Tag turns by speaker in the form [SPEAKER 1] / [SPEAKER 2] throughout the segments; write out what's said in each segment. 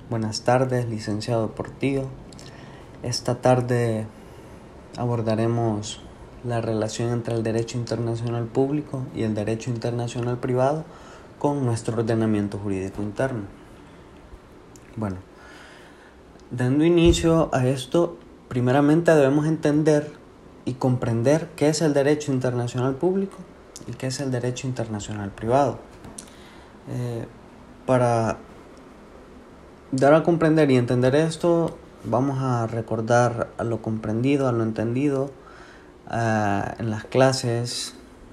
[SPEAKER 1] Buenas tardes, licenciado Portillo. Esta tarde abordaremos la relación entre el derecho internacional público y el derecho internacional privado con nuestro ordenamiento jurídico interno. Bueno, dando inicio a esto, primeramente debemos entender y comprender qué es el derecho internacional público y qué es el derecho internacional privado. Para dar a comprender y entender esto, vamos a recordar a lo comprendido, a lo entendido en las clases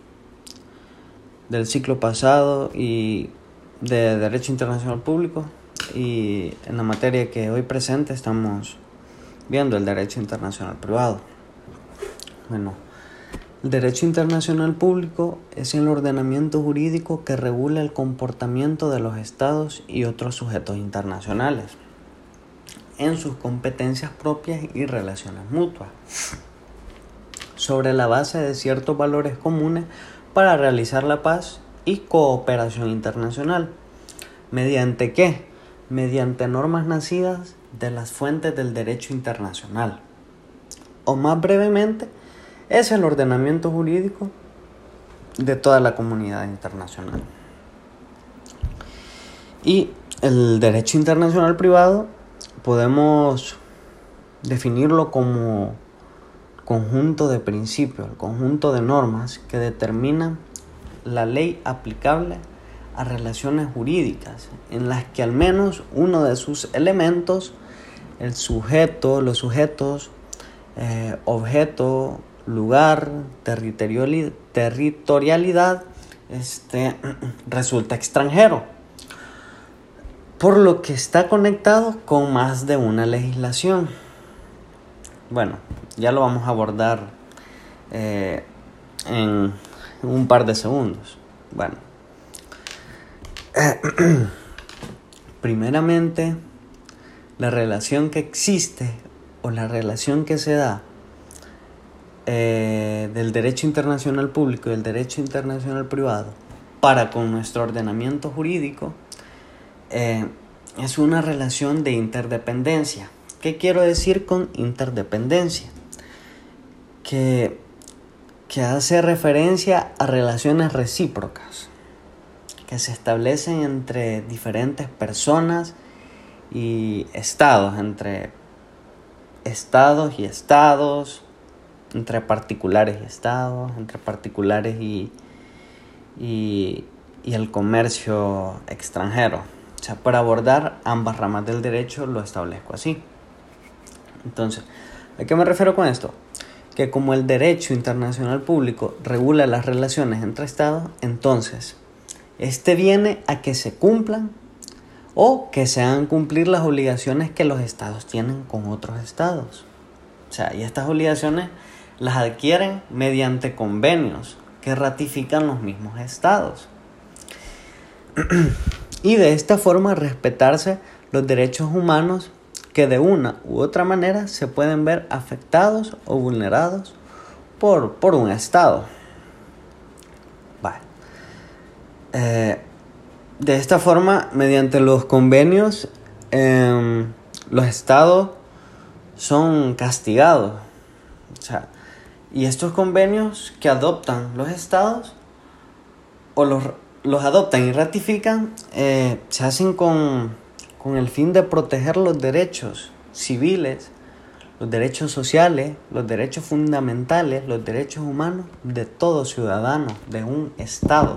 [SPEAKER 1] del ciclo pasado y de Derecho Internacional Público, y en la materia que hoy presente estamos viendo el Derecho Internacional Privado. Bueno, el Derecho Internacional Público es el ordenamiento jurídico que regula el comportamiento de los estados y otros sujetos internacionales en sus competencias propias y relaciones mutuas, sobre la base de ciertos valores comunes para realizar la paz y cooperación internacional. ¿Mediante qué? Mediante normas nacidas de las fuentes del derecho internacional. O más brevemente, es el ordenamiento jurídico de toda la comunidad internacional. Y el derecho internacional privado podemos definirlo como conjunto de principios, el conjunto de normas que determinan la ley aplicable a relaciones jurídicas en las que al menos uno de sus elementos, el sujeto, los sujetos, objeto, lugar, territorialidad, resulta extranjero, por lo que está conectado con más de una legislación. Bueno, ya lo vamos a abordar en un par de segundos. Bueno, primeramente, la relación que existe o la relación que se da del derecho internacional público y el derecho internacional privado para con nuestro ordenamiento jurídico es una relación de interdependencia. ¿Qué quiero decir con interdependencia? Que hace referencia a relaciones recíprocas que se establecen entre diferentes personas y estados, entre estados y estados, entre particulares y estados, entre particulares y el comercio extranjero. O sea, para abordar ambas ramas del derecho lo establezco así. Entonces, ¿a qué me refiero con esto? Que como el derecho internacional público regula las relaciones entre estados, entonces este viene a que se cumplan o que se hagan cumplir las obligaciones que los estados tienen con otros estados. O sea, y estas obligaciones las adquieren mediante convenios que ratifican los mismos estados. Y de esta forma respetarse los derechos humanos que de una u otra manera se pueden ver afectados o vulnerados por un estado. Vale. De esta forma, mediante los convenios, los estados son castigados. O sea, y estos convenios que adoptan los estados o los adoptan y ratifican, se hacen con el fin de proteger los derechos civiles, los derechos sociales, los derechos fundamentales, los derechos humanos de todo ciudadano de un estado.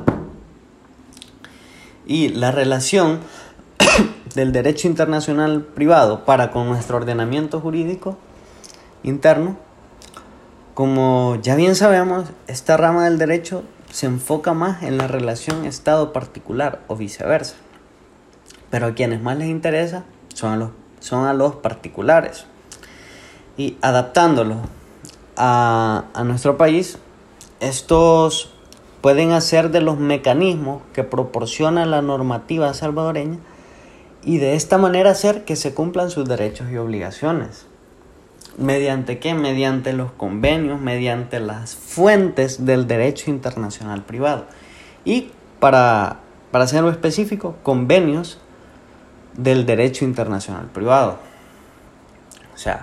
[SPEAKER 1] Y la relación del derecho internacional privado para con nuestro ordenamiento jurídico interno, como ya bien sabemos, esta rama del derecho se enfoca más en la relación Estado-particular o viceversa. Pero a quienes más les interesa son a los particulares. Y adaptándolo a nuestro país, estos pueden hacer de los mecanismos que proporciona la normativa salvadoreña y de esta manera hacer que se cumplan sus derechos y obligaciones. ¿Mediante qué? Mediante los convenios, mediante las fuentes del derecho internacional privado. Y para serlo específico, convenios del derecho internacional privado. O sea,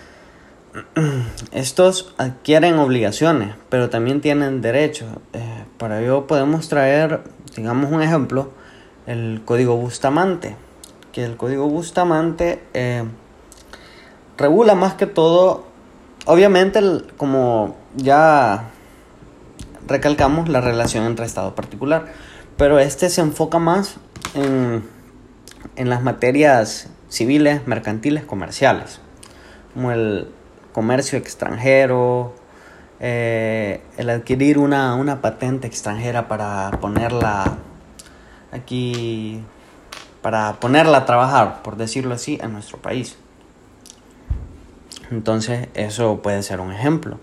[SPEAKER 1] estos adquieren obligaciones, pero también tienen derechos. Para ello podemos traer, digamos, un ejemplo, el Código Bustamante. Que el Código Bustamante regula más que todo, obviamente, como ya recalcamos, la relación entre Estado particular, pero se enfoca más en las materias civiles, mercantiles, comerciales, como el comercio extranjero, el adquirir una patente extranjera para ponerla aquí, para ponerla a trabajar, por decirlo así, en nuestro país. Entonces, eso puede ser un ejemplo.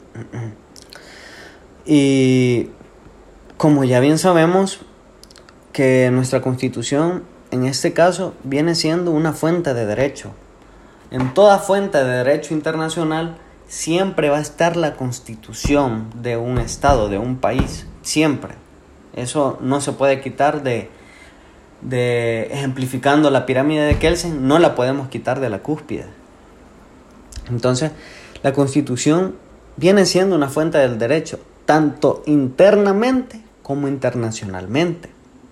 [SPEAKER 1] Y como ya bien sabemos que nuestra Constitución, en este caso, viene siendo una fuente de derecho. En toda fuente de derecho internacional siempre va a estar la Constitución de un Estado, de un país, siempre. Eso no se puede quitar de ejemplificando la pirámide de Kelsen, no la podemos quitar de la cúspide. Entonces, la Constitución viene siendo una fuente del derecho, tanto internamente como internacionalmente.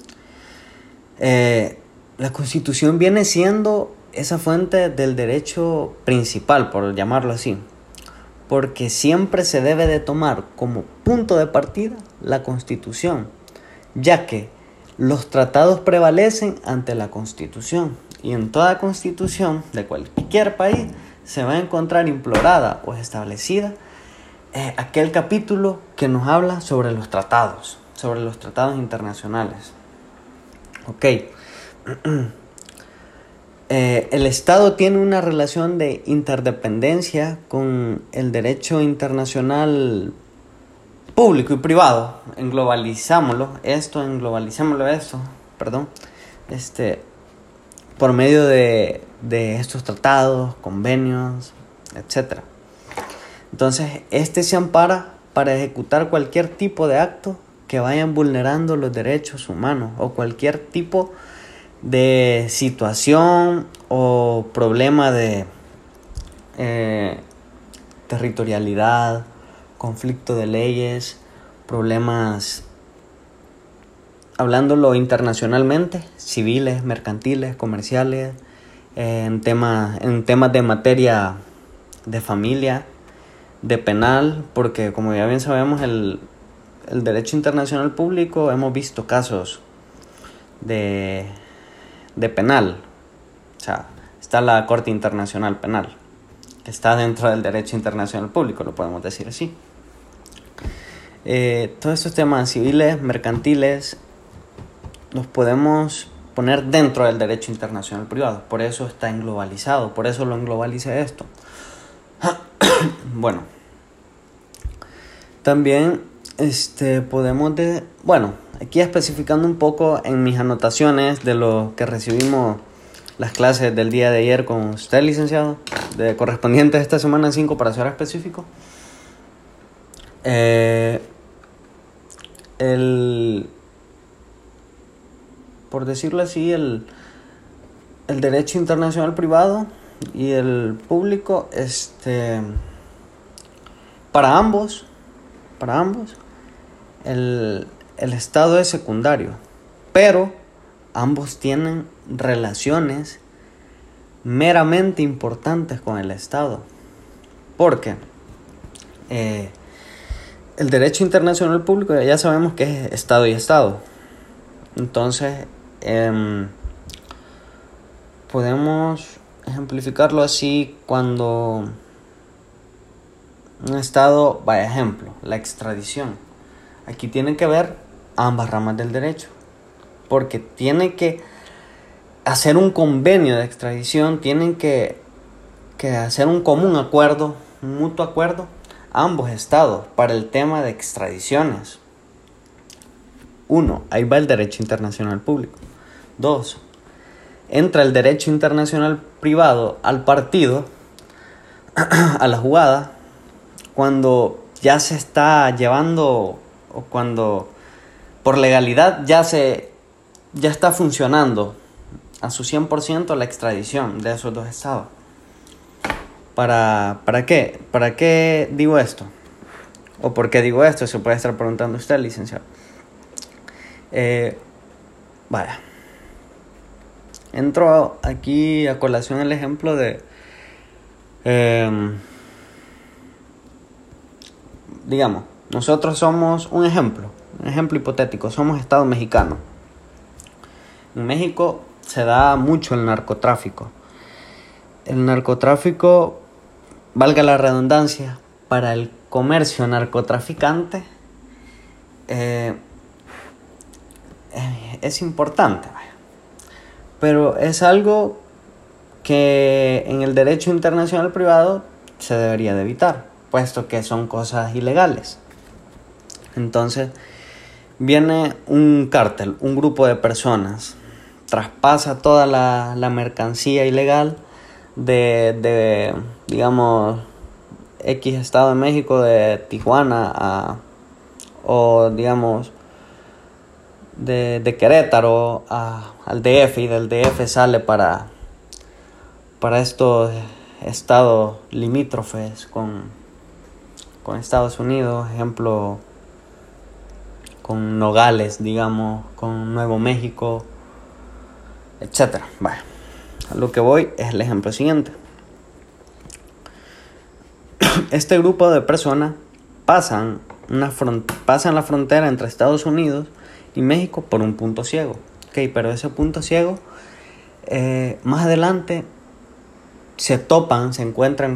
[SPEAKER 1] La Constitución viene siendo esa fuente del derecho principal, por llamarlo así, porque siempre se debe de tomar como punto de partida la Constitución, ya que los tratados prevalecen ante la Constitución, y en toda Constitución de cualquier país se va a encontrar implorada o establecida aquel capítulo que nos habla sobre los tratados internacionales. Ok. El Estado tiene una relación de interdependencia con el derecho internacional público y privado. Globalizámoslo esto, por medio de estos tratados, convenios, etc. Entonces, se ampara para ejecutar cualquier tipo de acto que vayan vulnerando los derechos humanos o cualquier tipo de situación o problema de territorialidad, conflicto de leyes, problemas, hablándolo internacionalmente, civiles, mercantiles, comerciales, en temas de materia de familia, de penal, porque como ya bien sabemos, el derecho internacional público, hemos visto casos de penal. O sea, está la Corte Internacional Penal, que está dentro del derecho internacional público, lo podemos decir así. Todos estos temas civiles, mercantiles, los podemos poner dentro del derecho internacional privado. Por eso está englobalizado, por eso lo englobalicé esto. Bueno, también podemos aquí especificando un poco en mis anotaciones de lo que recibimos las clases del día de ayer con usted, licenciado, de correspondientes a esta semana 5, para ser específico. Por decirlo así, el derecho internacional privado y el público, para ambos, el Estado es secundario, pero ambos tienen relaciones meramente importantes con el Estado, porque el derecho internacional público ya sabemos que es Estado y Estado. Entonces podemos ejemplificarlo así cuando un Estado, ejemplo, la extradición. Aquí tienen que ver ambas ramas del derecho, porque tiene que hacer un convenio de extradición, tienen que hacer un común acuerdo, un mutuo acuerdo, ambos estados, para el tema de extradiciones. 1. Ahí va el derecho internacional público. 2. Entra el derecho internacional privado al partido, a la jugada, cuando ya se está llevando, o cuando por legalidad ya está funcionando a su 100% la extradición de esos dos estados. ¿Para qué? ¿Para qué digo esto? ¿O por qué digo esto? Se puede estar preguntando usted, licenciado. Vaya. Entro aquí a colación el ejemplo de... digamos, nosotros somos un ejemplo hipotético, somos Estado mexicano. En México se da mucho el narcotráfico. El narcotráfico, valga la redundancia, para el comercio narcotraficante es importante, pero es algo que en el derecho internacional privado se debería de evitar, puesto que son cosas ilegales. Entonces viene un cártel, un grupo de personas, traspasa toda la mercancía ilegal de digamos, X Estado de México, de Tijuana o digamos de Querétaro al DF, y del DF sale para estos estados limítrofes con Estados Unidos, ejemplo, con Nogales, digamos, con Nuevo México, etcétera. Vaya, a lo que voy es el ejemplo siguiente. Este grupo de personas pasan la frontera entre Estados Unidos y México por un punto ciego. Okay, pero ese punto ciego, más adelante se encuentran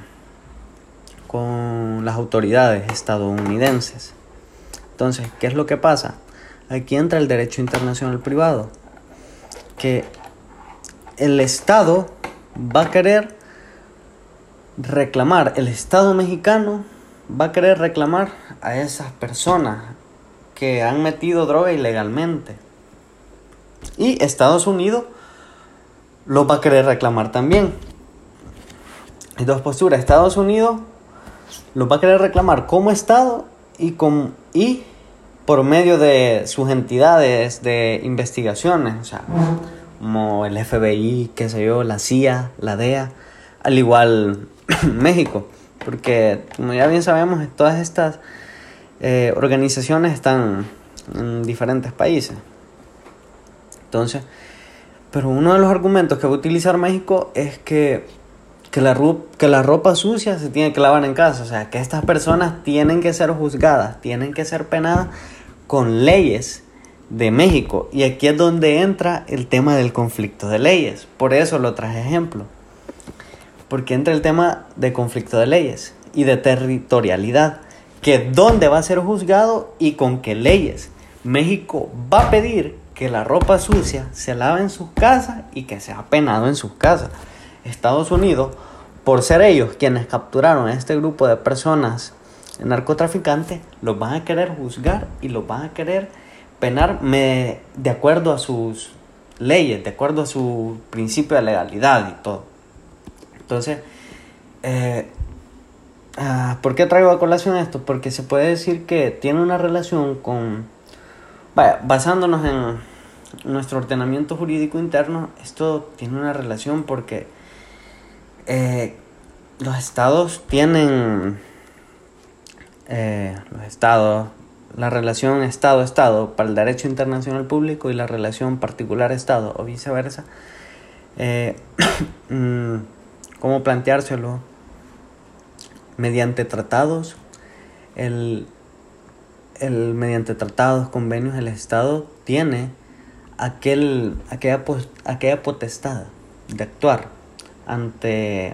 [SPEAKER 1] con las autoridades estadounidenses. Entonces, ¿qué es lo que pasa? Aquí entra el derecho internacional privado, que el Estado va a querer reclamar, el Estado mexicano va a querer reclamar a esas personas que han metido droga ilegalmente, y Estados Unidos lo va a querer reclamar también. Hay dos posturas. Estados Unidos lo va a querer reclamar como Estado y por medio de sus entidades de investigaciones, o sea, como el FBI, qué sé yo, la CIA, la DEA, al igual México, porque como ya bien sabemos, todas estas organizaciones están en diferentes países. Entonces, pero uno de los argumentos que va a utilizar México es que la ropa sucia se tiene que lavar en casa. O sea, que estas personas tienen que ser juzgadas, tienen que ser penadas con leyes de México. Y aquí es donde entra el tema del conflicto de leyes. Por eso lo traje ejemplo. Porque entra el tema de conflicto de leyes y de territorialidad. Que dónde va a ser juzgado y con qué leyes. México va a pedir que la ropa sucia se lave en sus casas y que sea penado en sus casas. Estados Unidos, por ser ellos quienes capturaron a este grupo de personas narcotraficantes, los van a querer juzgar y los van a querer penar de acuerdo a sus leyes, de acuerdo a su principio de legalidad y todo. Entonces, ¿por qué traigo a colación esto? Porque se puede decir que tiene una relación basándonos en nuestro ordenamiento jurídico interno, esto tiene una relación porque los estados tienen la relación Estado-Estado para el derecho internacional público y la relación particular-Estado o viceversa. ¿Cómo planteárselo? Mediante tratados, mediante tratados, convenios, el Estado tiene aquella potestad de actuar ante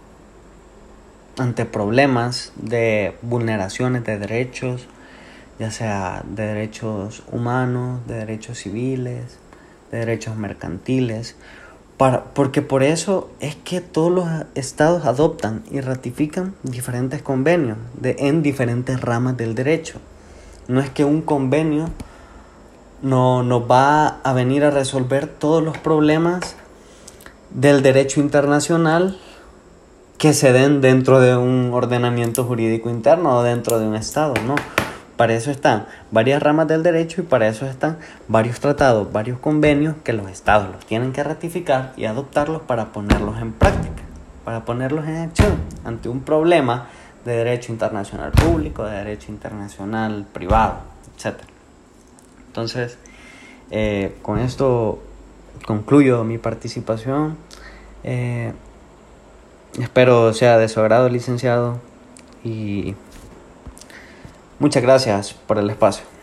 [SPEAKER 1] problemas de vulneraciones de derechos, ya sea de derechos humanos, de derechos civiles, de derechos mercantiles, porque por eso es que todos los estados adoptan y ratifican diferentes convenios en diferentes ramas del derecho. No es que un convenio no nos va a venir a resolver todos los problemas del derecho internacional que se den dentro de un ordenamiento jurídico interno o dentro de un estado, ¿no? Para eso están varias ramas del derecho y para eso están varios tratados, varios convenios que los estados los tienen que ratificar y adoptarlos para ponerlos en práctica, para ponerlos en acción ante un problema de derecho internacional público, de derecho internacional privado, etc. Entonces, con esto concluyo mi participación. Espero sea de su agrado, licenciado, y muchas gracias por el espacio.